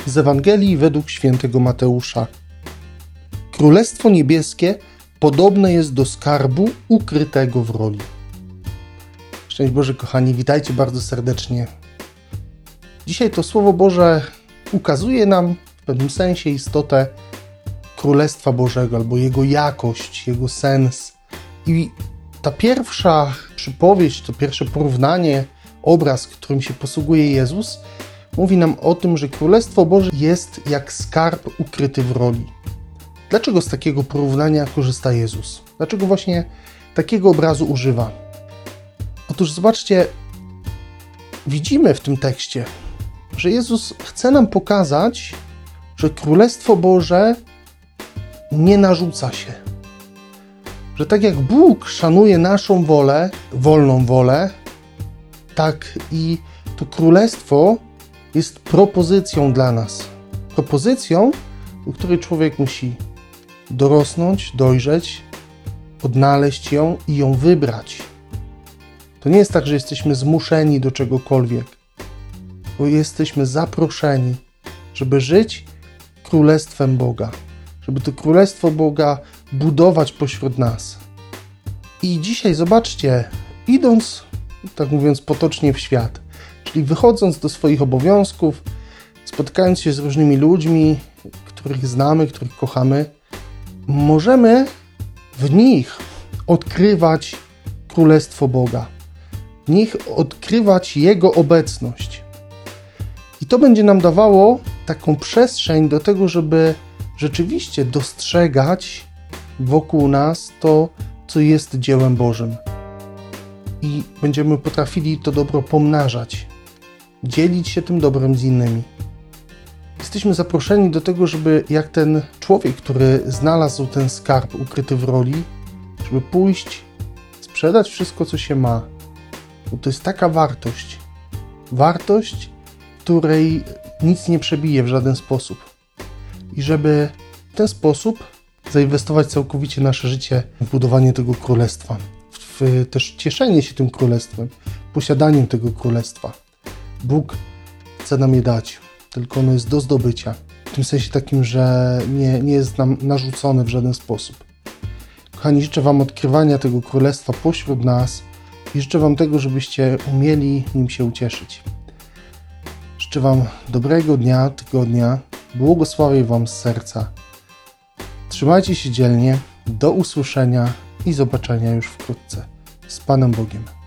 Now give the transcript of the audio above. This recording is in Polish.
Z Ewangelii według świętego Mateusza. Królestwo niebieskie podobne jest do skarbu ukrytego w roli. Szczęść Boże, kochani, witajcie bardzo serdecznie. Dzisiaj to Słowo Boże ukazuje nam w pewnym sensie istotę Królestwa Bożego, albo Jego jakość, Jego sens. I ta pierwsza przypowieść, to pierwsze porównanie, obraz, którym się posługuje Jezus, mówi nam o tym, że Królestwo Boże jest jak skarb ukryty w roli. Dlaczego z takiego porównania korzysta Jezus? Dlaczego właśnie takiego obrazu używa? Otóż zobaczcie, widzimy w tym tekście, że Jezus chce nam pokazać, że Królestwo Boże nie narzuca się. Że tak jak Bóg szanuje naszą wolę, wolną wolę, tak i to Królestwo jest propozycją dla nas. Propozycją, do której człowiek musi dorosnąć, dojrzeć, odnaleźć ją i ją wybrać. To nie jest tak, że jesteśmy zmuszeni do czegokolwiek, bo jesteśmy zaproszeni, żeby żyć Królestwem Boga, żeby to Królestwo Boga budować pośród nas. I dzisiaj zobaczcie, idąc, tak mówiąc potocznie, w świat, czyli wychodząc do swoich obowiązków, spotykając się z różnymi ludźmi, których znamy, których kochamy, możemy w nich odkrywać Królestwo Boga, w nich odkrywać Jego obecność. I to będzie nam dawało taką przestrzeń do tego, żeby rzeczywiście dostrzegać wokół nas to, co jest dziełem Bożym. I będziemy potrafili to dobro pomnażać, dzielić się tym dobrem z innymi. Jesteśmy zaproszeni do tego, żeby jak ten człowiek, który znalazł ten skarb ukryty w roli, żeby pójść, sprzedać wszystko, co się ma. Bo to jest taka wartość, której nic nie przebije w żaden sposób. I żeby w ten sposób zainwestować całkowicie nasze życie w budowanie tego królestwa, w też cieszenie się tym królestwem, posiadaniem tego królestwa. Bóg chce nam je dać, tylko ono jest do zdobycia. W tym sensie takim, że nie jest nam narzucone w żaden sposób. Kochani, życzę Wam odkrywania tego królestwa pośród nas i życzę Wam tego, żebyście umieli nim się ucieszyć. Życzę Wam dobrego dnia, tygodnia, błogosławię Wam z serca. Trzymajcie się dzielnie, do usłyszenia i zobaczenia już wkrótce. Z Panem Bogiem.